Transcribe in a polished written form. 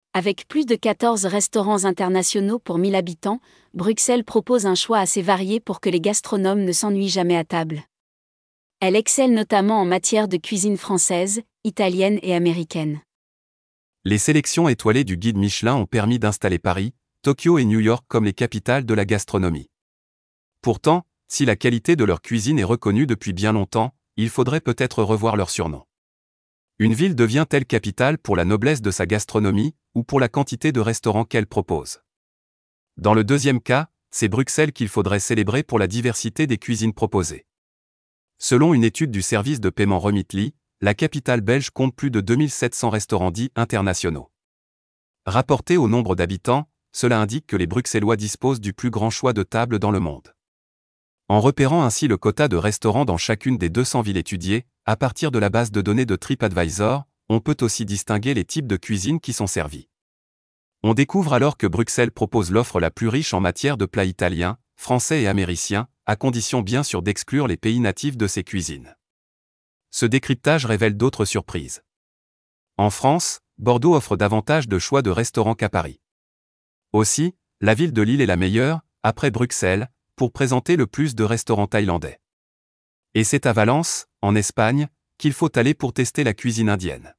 Avec plus de 14 restaurants internationaux pour 1000 habitants, Bruxelles propose un choix assez varié pour que les gastronomes ne s'ennuient jamais à table. Elle excelle notamment en matière de cuisine française, italienne et américaine. Les sélections étoilées du guide Michelin ont permis d'installer Paris, Tokyo et New York comme les capitales de la gastronomie. Pourtant, si la qualité de leur cuisine est reconnue depuis bien longtemps, il faudrait peut-être revoir leur surnom. Une ville devient-elle capitale pour la noblesse de sa gastronomie, ou pour la quantité de restaurants qu'elle propose? Dans le deuxième cas, c'est Bruxelles qu'il faudrait célébrer pour la diversité des cuisines proposées. Selon une étude du service de paiement Remitly, la capitale belge compte plus de 2700 restaurants dits internationaux. Rapporté au nombre d'habitants, cela indique que les Bruxellois disposent du plus grand choix de tables dans le monde. En repérant ainsi le quota de restaurants dans chacune des 200 villes étudiées, à partir de la base de données de TripAdvisor, on peut aussi distinguer les types de cuisine qui sont servis. On découvre alors que Bruxelles propose l'offre la plus riche en matière de plats italiens, français et américains, à condition bien sûr d'exclure les pays natifs de ces cuisines. Ce décryptage révèle d'autres surprises. En France, Bordeaux offre davantage de choix de restaurants qu'à Paris. Aussi, la ville de Lille est la meilleure, après Bruxelles, pour présenter le plus de restaurants thaïlandais. Et c'est à Valence, en Espagne, qu'il faut aller pour tester la cuisine indienne.